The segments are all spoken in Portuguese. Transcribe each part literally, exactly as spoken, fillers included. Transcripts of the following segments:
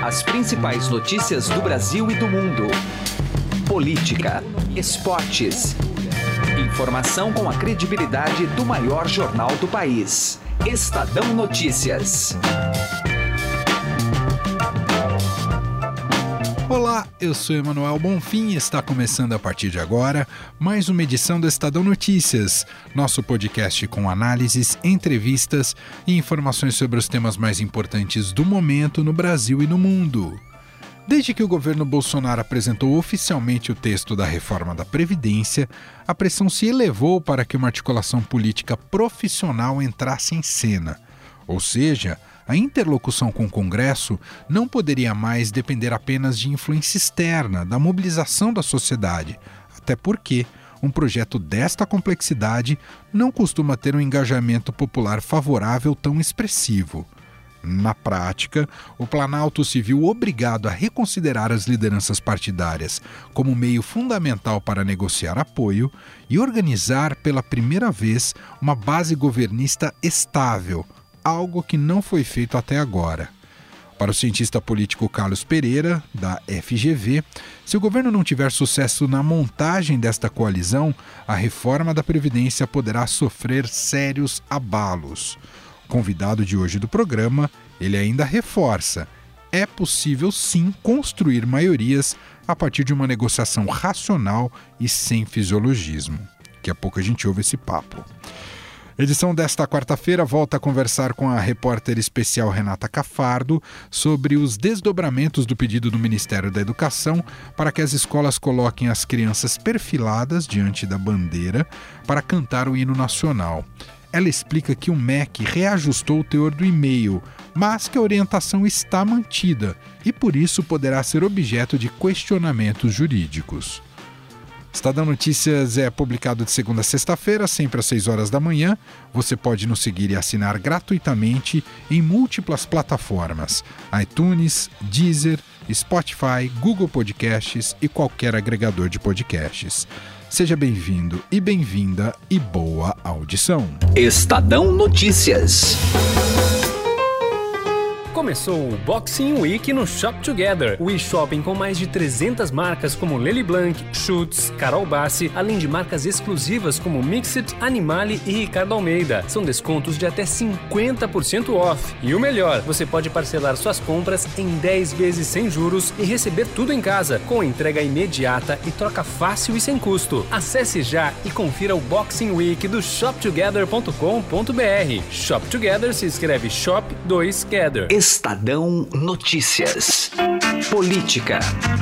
As principais notícias do Brasil e do mundo. Política, esportes. Informação com a credibilidade do maior jornal do país. Estadão Notícias. Olá, eu sou Emanuel Bonfim e está começando a partir de agora mais uma edição do Estadão Notícias, nosso podcast com análises, entrevistas e informações sobre os temas mais importantes do momento no Brasil e no mundo. Desde que o governo Bolsonaro apresentou oficialmente o texto da reforma da Previdência, a pressão se elevou para que uma articulação política profissional entrasse em cena. Ou seja, a interlocução com o Congresso não poderia mais depender apenas de influência externa, da mobilização da sociedade, até porque um projeto desta complexidade não costuma ter um engajamento popular favorável tão expressivo. Na prática, o Planalto se viu obrigado a reconsiderar as lideranças partidárias como meio fundamental para negociar apoio e organizar pela primeira vez uma base governista estável, algo que não foi feito até agora. Para o cientista político Carlos Pereira, da F G V, se o governo não tiver sucesso na montagem desta coalizão, a reforma da Previdência poderá sofrer sérios abalos. Convidado de hoje do programa, ele ainda reforça: é possível sim construir maiorias a partir de uma negociação racional e sem fisiologismo. Daqui a pouco a gente ouve esse papo. A edição desta quarta-feira volta a conversar com a repórter especial Renata Cafardo sobre os desdobramentos do pedido do Ministério da Educação para que as escolas coloquem as crianças perfiladas diante da bandeira para cantar o hino nacional. Ela explica que o M E C reajustou o teor do e-mail, mas que a orientação está mantida e por isso poderá ser objeto de questionamentos jurídicos. Estadão Notícias é publicado de segunda a sexta-feira, sempre às seis horas da manhã. Você pode nos seguir e assinar gratuitamente em múltiplas plataformas: iTunes, Deezer, Spotify, Google Podcasts e qualquer agregador de podcasts. Seja bem-vindo e bem-vinda e boa audição. Estadão Notícias. Começou o Boxing Week no Shop Together, o e-shopping com mais de trezentas marcas como Lely Blanc, Schutz, Carol Bassi, além de marcas exclusivas como Mixit, Animale e Ricardo Almeida. São descontos de até cinquenta por cento off. E o melhor, você pode parcelar suas compras em dez vezes sem juros e receber tudo em casa, com entrega imediata e troca fácil e sem custo. Acesse já e confira o Boxing Week do shop together ponto com ponto b r. Shop Together se escreve Shop dois Gather. Estadão Notícias. Política.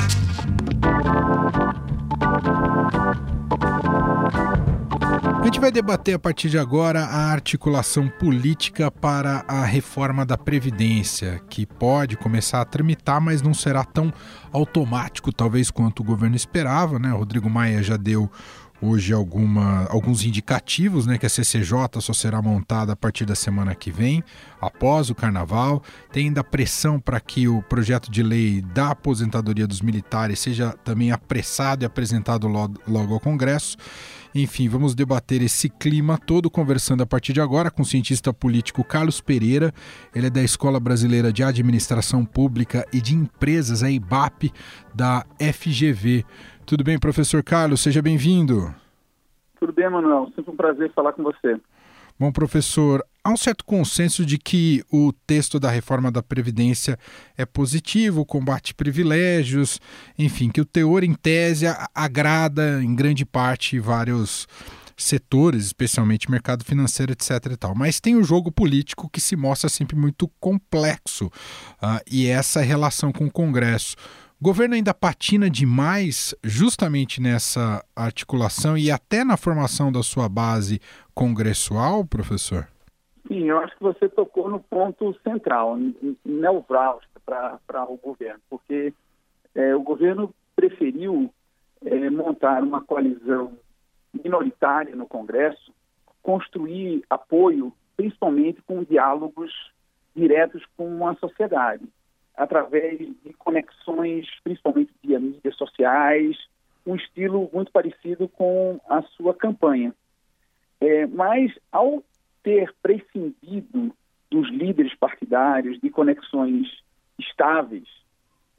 A gente vai debater a partir de agora a articulação política para a reforma da Previdência, que pode começar a tramitar, mas não será tão automático, talvez, quanto o governo esperava, né? O Rodrigo Maia já deu hoje alguma, alguns indicativos, né, que a C C J só será montada a partir da semana que vem, após o Carnaval. Tem ainda pressão para que o projeto de lei da aposentadoria dos militares seja também apressado e apresentado logo, logo ao Congresso. Enfim, vamos debater esse clima todo conversando a partir de agora com o cientista político Carlos Pereira. Ele é da Escola Brasileira de Administração Pública e de Empresas, a I B A P, da F G V. Tudo bem, professor Carlos? Seja bem-vindo. Tudo bem, Manuel. Sempre um prazer falar com você. Bom, professor, há um certo consenso de que o texto da reforma da Previdência é positivo, combate privilégios, enfim, que o teor em tese agrada em grande parte vários setores, especialmente mercado financeiro, etc e tal. Mas tem o jogo político que se mostra sempre muito complexo, uh, e essa relação com o Congresso. O governo ainda patina demais justamente nessa articulação e até na formação da sua base congressual, professor? Sim, eu acho que você tocou no ponto central, nevrálgico para o governo, porque é, o governo preferiu é, montar uma coalizão minoritária no Congresso, construir apoio, principalmente com diálogos diretos com a sociedade, através de conexões, principalmente via mídias sociais, um estilo muito parecido com a sua campanha. É, mas, ao ter prescindido dos líderes partidários, de conexões estáveis,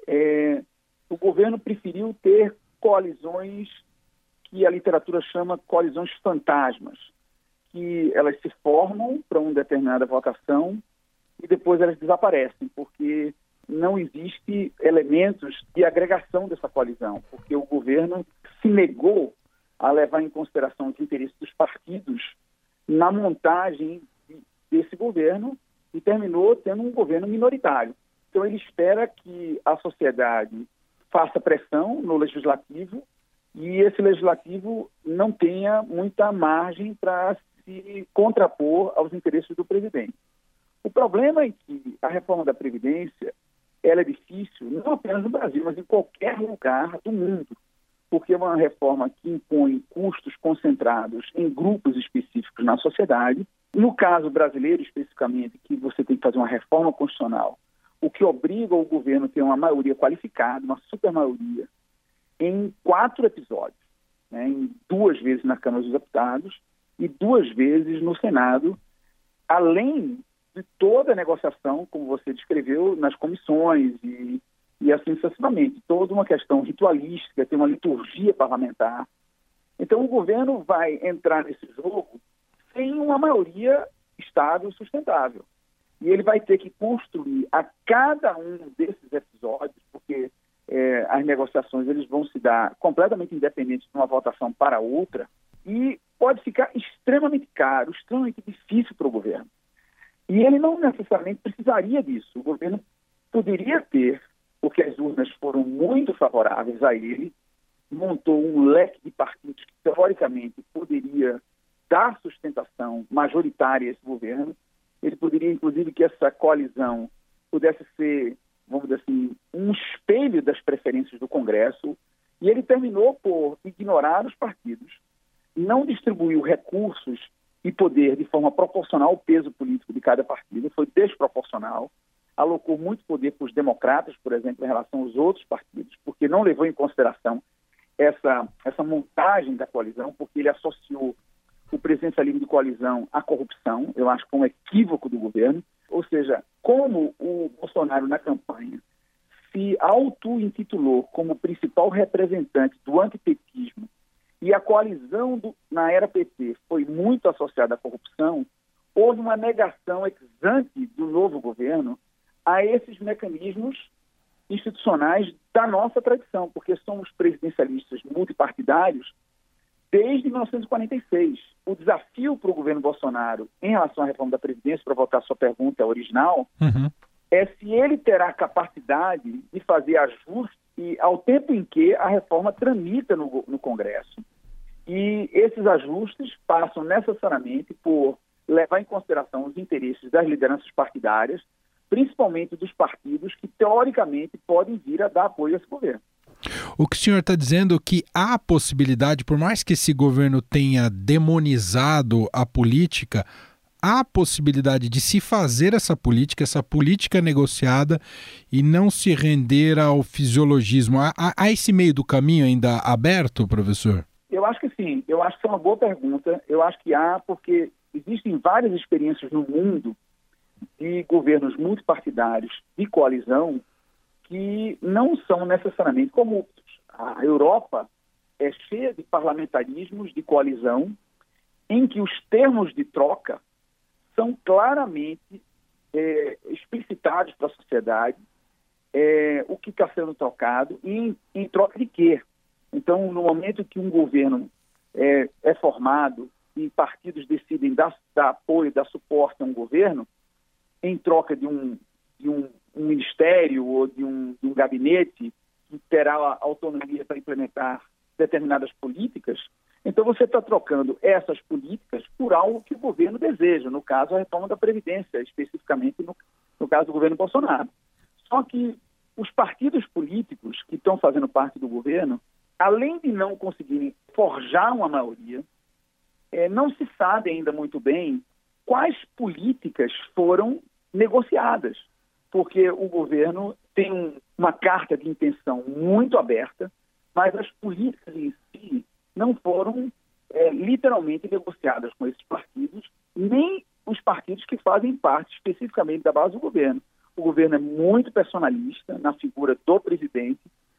é, o governo preferiu ter coalizões que a literatura chama coalizões fantasmas, que elas se formam para uma determinada votação e depois elas desaparecem, porque não existe elementos de agregação dessa coalizão, porque o governo se negou a levar em consideração os interesses dos partidos na montagem desse governo e terminou tendo um governo minoritário. Então ele espera que a sociedade faça pressão no legislativo e esse legislativo não tenha muita margem para se contrapor aos interesses do presidente. O problema é que a reforma da Previdência ela é difícil, não apenas no Brasil, mas em qualquer lugar do mundo, porque é uma reforma que impõe custos concentrados em grupos específicos na sociedade. No caso brasileiro, especificamente, que você tem que fazer uma reforma constitucional, o que obriga o governo a ter uma maioria qualificada, uma supermaioria, em quatro episódios, né, em duas vezes na Câmara dos Deputados e duas vezes no Senado, além de toda a negociação, como você descreveu, nas comissões e, e assim sucessivamente. Toda uma questão ritualística, tem uma liturgia parlamentar. Então o governo vai entrar nesse jogo sem uma maioria estável e sustentável. E ele vai ter que construir a cada um desses episódios, porque é, as negociações eles vão se dar completamente independentes de uma votação para outra, e pode ficar extremamente caro, extremamente difícil para o governo. E ele não necessariamente precisaria disso. O governo poderia ter, porque as urnas foram muito favoráveis a ele, montou um leque de partidos que, teoricamente, poderia dar sustentação majoritária a esse governo. Ele poderia, inclusive, que essa coalizão pudesse ser, vamos dizer assim, um espelho das preferências do Congresso, e ele terminou por ignorar os partidos, não distribuiu recursos e poder de forma proporcional ao peso político de cada partido, foi desproporcional, alocou muito poder para os democratas, por exemplo, em relação aos outros partidos, porque não levou em consideração essa, essa montagem da coalizão, porque ele associou o presidencialismo de coalizão à corrupção, eu acho que é um equívoco do governo, ou seja, como o Bolsonaro na campanha se auto-intitulou como principal representante do antipetismo e a coalizão do, na era P T foi muito associada à corrupção, houve uma negação ex ante do novo governo a esses mecanismos institucionais da nossa tradição, porque somos presidencialistas multipartidários desde mil novecentos e quarenta e seis. O desafio para o governo Bolsonaro em relação à reforma da Previdência, para voltar à sua pergunta original, uhum. é se ele terá a capacidade de fazer ajustes e, ao tempo em que a reforma tramita no, no Congresso. E esses ajustes passam necessariamente por levar em consideração os interesses das lideranças partidárias, principalmente dos partidos que, teoricamente, podem vir a dar apoio a esse governo. O que o senhor está dizendo é que há a possibilidade, por mais que esse governo tenha demonizado a política, há a possibilidade de se fazer essa política, essa política negociada e não se render ao fisiologismo. Há, há, há esse meio do caminho ainda aberto, professor? Eu acho que sim. Eu acho que é uma boa pergunta. Eu acho que há, porque existem várias experiências no mundo de governos multipartidários de coalizão que não são necessariamente corruptos. A Europa é cheia de parlamentarismos de coalizão em que os termos de troca são claramente é, explicitados para a sociedade, é, o que está sendo trocado e em, em troca de quê. Então, no momento que um governo é, é formado e partidos decidem dar, dar apoio, dar suporte a um governo, em troca de um, de um, um ministério ou de um, de um gabinete que terá a autonomia para implementar determinadas políticas, então você está trocando essas políticas por algo que o governo deseja, no caso a reforma da Previdência, especificamente no, no caso do governo Bolsonaro. Só que os partidos políticos que estão fazendo parte do governo, além de não conseguirem forjar uma maioria, é, não se sabe ainda muito bem quais políticas foram negociadas, porque o governo tem um, uma carta de intenção muito aberta, mas as políticas em si não foram é, literalmente negociadas com esses partidos, nem os partidos que fazem parte especificamente da base do governo. o governo é muito personalista na figura do presidente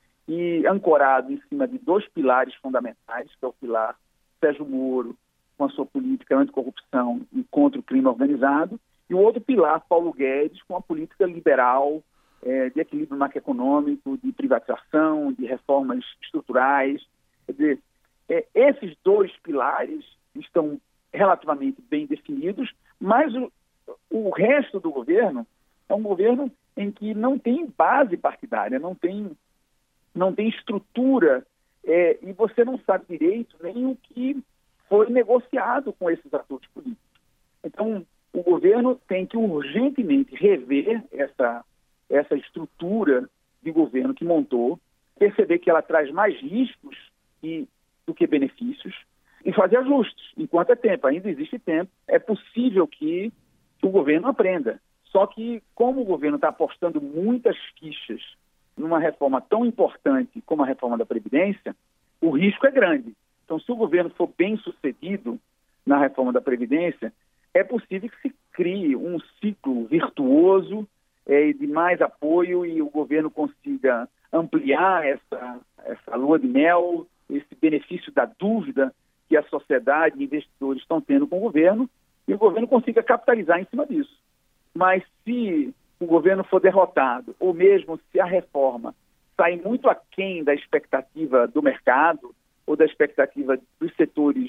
e ancorado em cima de dois pilares fundamentais, que é o pilar Sérgio Moro, com a sua política anticorrupção e contra o crime organizado, e o outro pilar, Paulo Guedes, com a política liberal, é, de equilíbrio macroeconômico, de privatização, de reformas estruturais. Quer dizer, é, esses dois pilares estão relativamente bem definidos, mas o, o resto do governo é um governo em que não tem base partidária, não tem, não tem estrutura, é, e você não sabe direito nem o que foi negociado com esses atores políticos. Então, o governo tem que urgentemente rever essa, essa estrutura de governo que montou, perceber que ela traz mais riscos e, do que benefícios, e fazer ajustes. Enquanto é tempo, ainda existe tempo, é possível que, que o governo aprenda. Só que, como o governo está apostando muitas fichas numa reforma tão importante como a reforma da Previdência, o risco é grande. Então, se o governo for bem sucedido na reforma da Previdência, é possível que se crie um ciclo virtuoso é, de mais apoio e o governo consiga ampliar essa, essa lua de mel, esse benefício da dúvida que a sociedade e investidores estão tendo com o governo, e o governo consiga capitalizar em cima disso. Mas se o governo for derrotado, ou mesmo se a reforma sair muito aquém da expectativa do mercado, ou da expectativa dos setores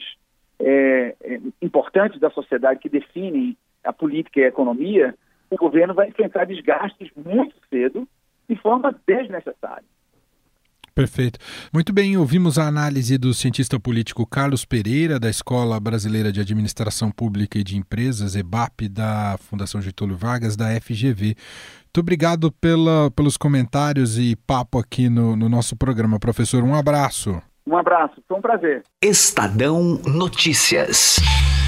é, é, importantes da sociedade que definem a política e a economia, o governo vai enfrentar desgastes muito cedo, de forma desnecessária. Perfeito. Muito bem, ouvimos a análise do cientista político Carlos Pereira, da Escola Brasileira de Administração Pública e de Empresas, E B A P, da Fundação Getúlio Vargas, da F G V. Muito obrigado pela, pelos comentários e papo aqui no, no nosso programa, professor. Um abraço. Um abraço, foi um prazer. Estadão Notícias.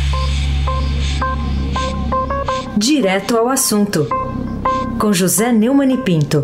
Direto ao assunto, com José Neumann e Pinto.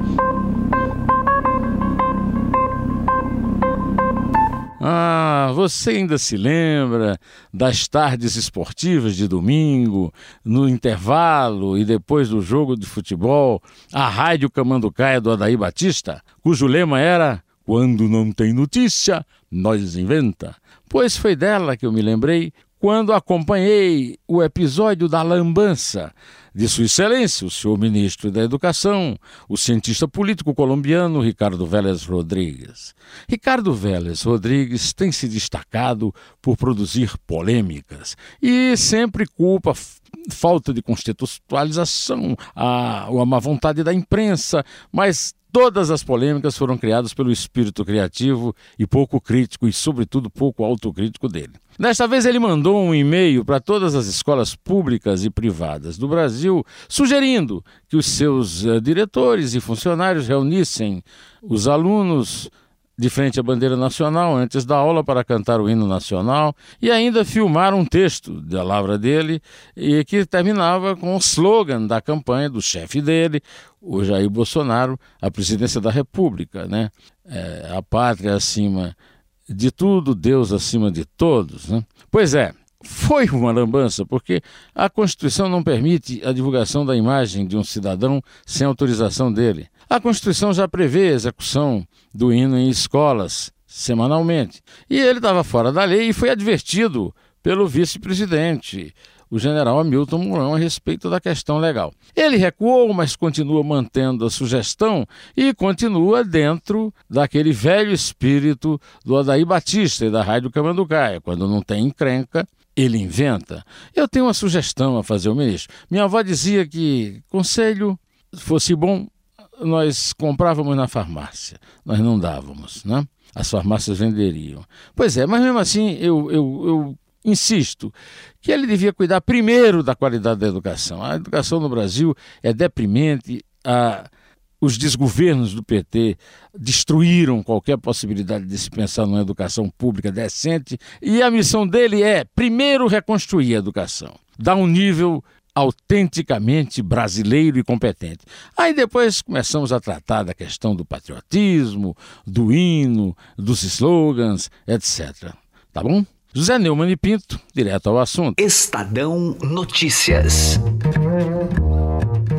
Ah, você ainda se lembra das tardes esportivas de domingo, no intervalo e depois do jogo de futebol, a Rádio Camanducaia do Adair Batista, cujo lema era: quando não tem notícia, nós inventa. Pois foi dela que eu me lembrei quando acompanhei o episódio da lambança de Sua Excelência, o senhor ministro da Educação, o cientista político colombiano Ricardo Vélez Rodrigues. Ricardo Vélez Rodrigues tem se destacado por produzir polêmicas e sempre culpa falta de contextualização, a, a má vontade da imprensa, mas todas as polêmicas foram criadas pelo espírito criativo e pouco crítico e, sobretudo, pouco autocrítico dele. Desta vez ele mandou um e-mail para todas as escolas públicas e privadas do Brasil, sugerindo que os seus uh, diretores e funcionários reunissem os alunos de frente à bandeira nacional antes da aula para cantar o hino nacional e ainda filmar um texto da palavra dele e que terminava com o slogan da campanha do chefe dele, o Jair Bolsonaro, a presidência da República, né? É, a pátria acima de tudo, Deus acima de todos, né? Pois é, foi uma lambança, porque a Constituição não permite a divulgação da imagem de um cidadão sem autorização dele. A Constituição já prevê a execução do hino em escolas, semanalmente. E ele estava fora da lei e foi advertido pelo vice-presidente, o general Hamilton Mourão, a respeito da questão legal. Ele recuou, mas continua mantendo a sugestão e continua dentro daquele velho espírito do Adair Batista e da Rádio Camanducaia. Quando não tem encrenca, ele inventa. Eu tenho uma sugestão a fazer ao ministro. Minha avó dizia que conselho fosse bom, nós comprávamos na farmácia, nós não dávamos, né? As farmácias venderiam. Pois é, mas mesmo assim eu, eu, eu insisto que ele devia cuidar primeiro da qualidade da educação. A educação no Brasil é deprimente, a, os desgovernos do P T destruíram qualquer possibilidade de se pensar numa educação pública decente e a missão dele é, primeiro, reconstruir a educação, dar um nível autenticamente brasileiro e competente. Aí depois começamos a tratar da questão do patriotismo, do hino, dos slogans, etcétera. Tá bom? José Neumann e Pinto, direto ao assunto. Estadão Notícias.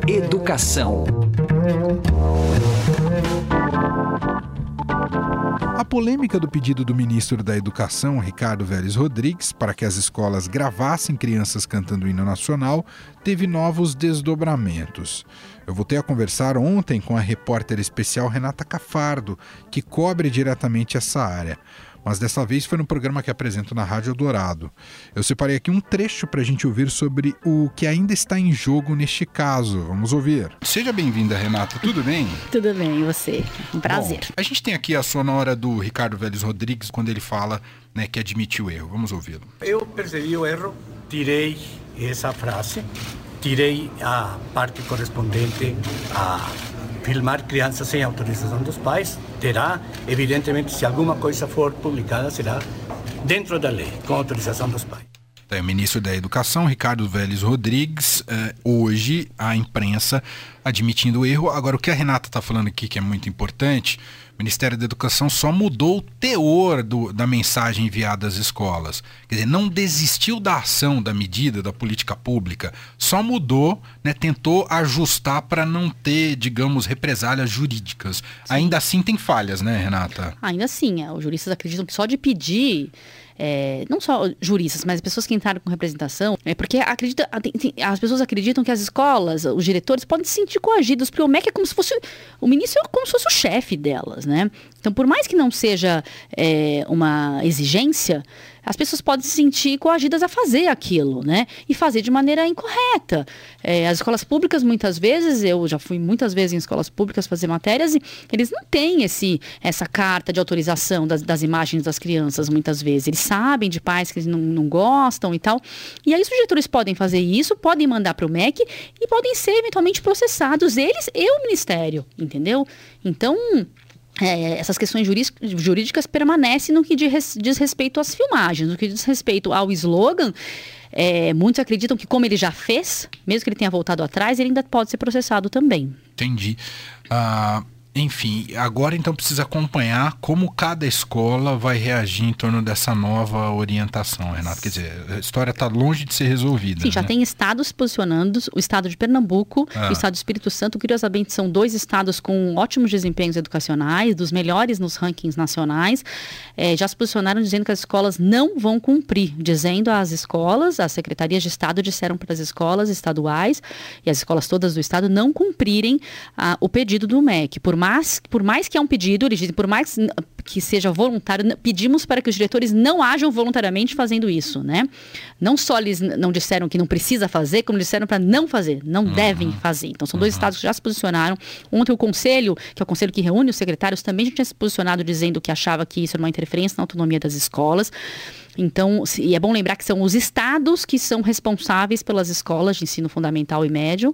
Educação. A polêmica do pedido do ministro da Educação, Ricardo Vélez Rodrigues, para que as escolas gravassem crianças cantando o hino nacional, teve novos desdobramentos. Eu voltei a conversar ontem com a repórter especial Renata Cafardo, que cobre diretamente essa área. Mas dessa vez foi no programa que apresento na Rádio Eldorado. Eu separei aqui um trecho para a gente ouvir sobre o que ainda está em jogo neste caso. Vamos ouvir. Seja bem-vinda, Renata. Tudo bem? Tudo bem, e você? Um prazer. Bom, a gente tem aqui a sonora do Ricardo Vélez Rodrigues quando ele fala, né, que admite o erro. Vamos ouvi-lo. Eu percebi o erro, tirei essa frase, tirei a parte correspondente a filmar crianças sem autorização dos pais. Terá, evidentemente, se alguma coisa for publicada, será dentro da lei, com autorização dos pais. É, o ministro da Educação, Ricardo Vélez Rodrigues, eh, hoje a imprensa admitindo o erro. Agora, o que a Renata está falando aqui, que é muito importante, o Ministério da Educação só mudou o teor do, da mensagem enviada às escolas. Quer dizer, não desistiu da ação, da medida, da política pública, só mudou, né, tentou ajustar para não ter, digamos, represálias jurídicas. Sim. Ainda assim tem falhas, né, Renata? Ainda assim, os juristas acreditam que só de pedir... É, não só juristas, mas pessoas que entraram com representação, é porque acredita, as pessoas acreditam que as escolas, os diretores podem se sentir coagidos, porque o M E C é como se fosse, o ministro é como se fosse o chefe delas, né? Então, por mais que não seja é, uma exigência, as pessoas podem se sentir coagidas a fazer aquilo, né? E fazer de maneira incorreta. É, as escolas públicas, muitas vezes, eu já fui muitas vezes em escolas públicas fazer matérias, e eles não têm esse, essa carta de autorização das, das imagens das crianças, muitas vezes. Eles sabem de pais que eles não, não gostam e tal. E aí os diretores podem fazer isso, podem mandar para o M E C e podem ser eventualmente processados, eles e o Ministério, entendeu? Então... É, essas questões jurídicas permanecem no que diz respeito às filmagens, no que diz respeito ao slogan. É, muitos acreditam que, como ele já fez, mesmo que ele tenha voltado atrás, ele ainda pode ser processado também. Entendi. Uh, enfim, agora então precisa acompanhar como cada escola vai reagir em torno dessa nova orientação, Renato. Quer dizer, a história está longe de ser resolvida. Sim, já né? tem estados se posicionando, o estado de Pernambuco ah. e o estado do Espírito Santo. Curiosamente, são dois estados com ótimos desempenhos educacionais, dos melhores nos rankings nacionais. É, já se posicionaram dizendo que as escolas não vão cumprir, dizendo às escolas, as secretarias de estado disseram para as escolas estaduais e as escolas todas do estado não cumprirem ah, o pedido do M E C. Por mais Mas, por mais que é um pedido, eles dizem, por mais que seja voluntário, pedimos para que os diretores não ajam voluntariamente fazendo isso, né? Não só eles não disseram que não precisa fazer, como disseram para não fazer, não uhum. devem fazer. Então, são dois uhum. estados que já se posicionaram. Ontem o conselho, que é o conselho que reúne os secretários, também já tinha se posicionado dizendo que achava que isso era uma interferência na autonomia das escolas. Então, e é bom lembrar que são os estados que são responsáveis pelas escolas de ensino fundamental e médio.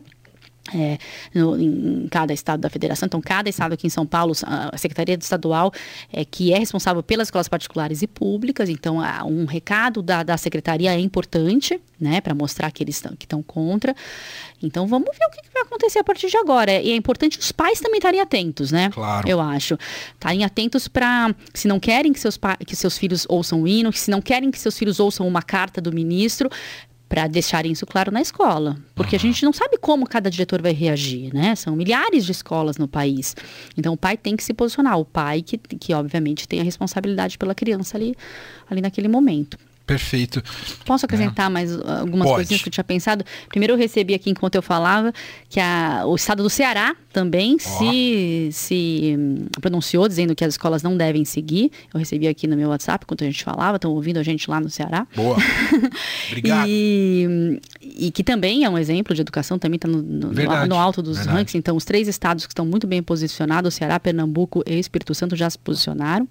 É, no, em cada estado da federação. Então, cada estado aqui em São Paulo, a Secretaria Estadual é, que é responsável pelas escolas particulares e públicas. Então, um recado da, da Secretaria é importante, né, para mostrar que eles estão que estão contra. Então, vamos ver o que vai acontecer a partir de agora. E é importante os pais também estarem atentos, né? Claro. Eu acho. Estarem atentos para, se não querem que seus, que seus filhos ouçam o hino, se não querem que seus filhos ouçam uma carta do ministro, para deixarem isso claro na escola. Porque uhum. a gente não sabe como cada diretor vai reagir, né? São milhares de escolas no país. Então, o pai tem que se posicionar. O pai que, que obviamente, tem a responsabilidade pela criança ali, ali naquele momento. Perfeito. Posso acrescentar é. mais algumas Pode. coisinhas que eu tinha pensado? Primeiro eu recebi aqui, enquanto eu falava, que a, o estado do Ceará também oh. se, se pronunciou, dizendo que as escolas não devem seguir. Eu recebi aqui no meu WhatsApp, enquanto a gente falava, estão ouvindo a gente lá no Ceará. Boa. Obrigado. e, e que também é um exemplo de educação, também está no, no, no alto dos Verdade. rankings. Então, os três estados que estão muito bem posicionados, o Ceará, Pernambuco e Espírito Santo, já se posicionaram.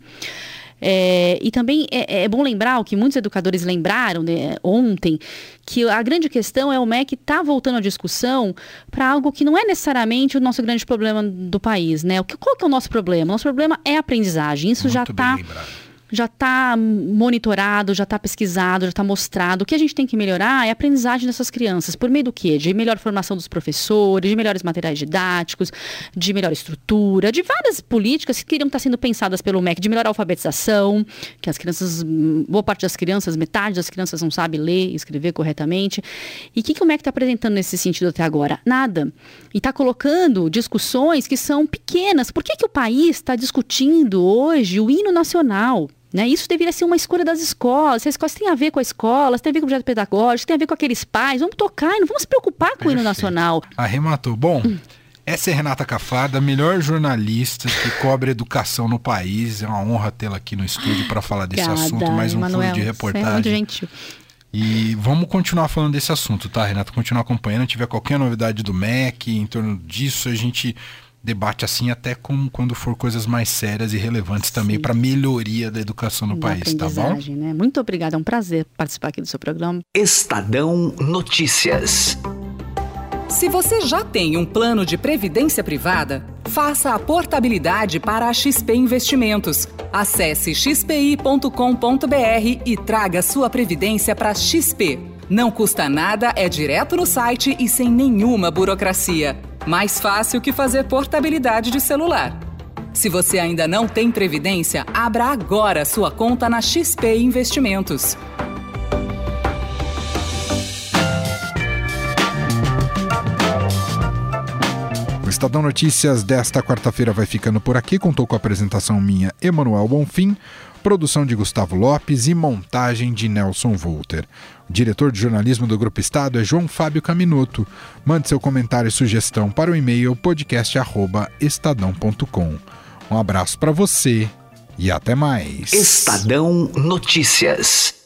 É, e também é, é bom lembrar o que muitos educadores lembraram, né, ontem, que a grande questão é o M E C está voltando à discussão para algo que não é necessariamente o nosso grande problema do país, né? O que, qual que é o nosso problema? O nosso problema é a aprendizagem. Isso Muito já está já está monitorado, já está pesquisado, já está mostrado. O que a gente tem que melhorar é a aprendizagem dessas crianças. Por meio do quê? De melhor formação dos professores, de melhores materiais didáticos, de melhor estrutura, de várias políticas que queriam estar sendo pensadas pelo M E C, de melhor alfabetização, que as crianças, boa parte das crianças, metade das crianças não sabe ler e escrever corretamente. E o que, que o M E C está apresentando nesse sentido até agora? Nada. E está colocando discussões que são pequenas. Por que, que o país está discutindo hoje o hino nacional? Né? Isso deveria ser uma escolha das escolas. Se as escolas têm a ver com a escola, se tem a ver com o projeto pedagógico, se tem a ver com aqueles pais, vamos tocar e não vamos se preocupar com Perfeito. O hino nacional. Arrematou. Bom, hum. essa é Renata Caffarda, a melhor jornalista que cobre educação no país. É uma honra tê-la aqui no estúdio para falar desse Obrigada, assunto. Mais um Emanuel, furo de reportagem. Você é muito gentil. E vamos continuar falando desse assunto, tá, Renata? Continuar acompanhando. Se tiver qualquer novidade do M E C em torno disso, a gente debate assim até com, quando for coisas mais sérias e relevantes Sim. também para melhoria da educação no da país, tá bom? Né? Muito obrigada, é um prazer participar aqui do seu programa. Estadão Notícias. Se você já tem um plano de previdência privada, faça a portabilidade para a X P Investimentos. Acesse x p i ponto com ponto b r e traga sua previdência para X P. Não custa nada, é direto no site e sem nenhuma burocracia. Mais fácil que fazer portabilidade de celular. Se você ainda não tem previdência, abra agora sua conta na X P Investimentos. O Estadão Notícias desta quarta-feira vai ficando por aqui. Contou com a apresentação minha, Emanuel Bonfim, produção de Gustavo Lopes e montagem de Nelson Volter. O diretor de jornalismo do Grupo Estado é João Fábio Caminoto. Mande seu comentário e sugestão para o e-mail podcast arroba estadão ponto com. Um abraço para você e até mais. Estadão Notícias.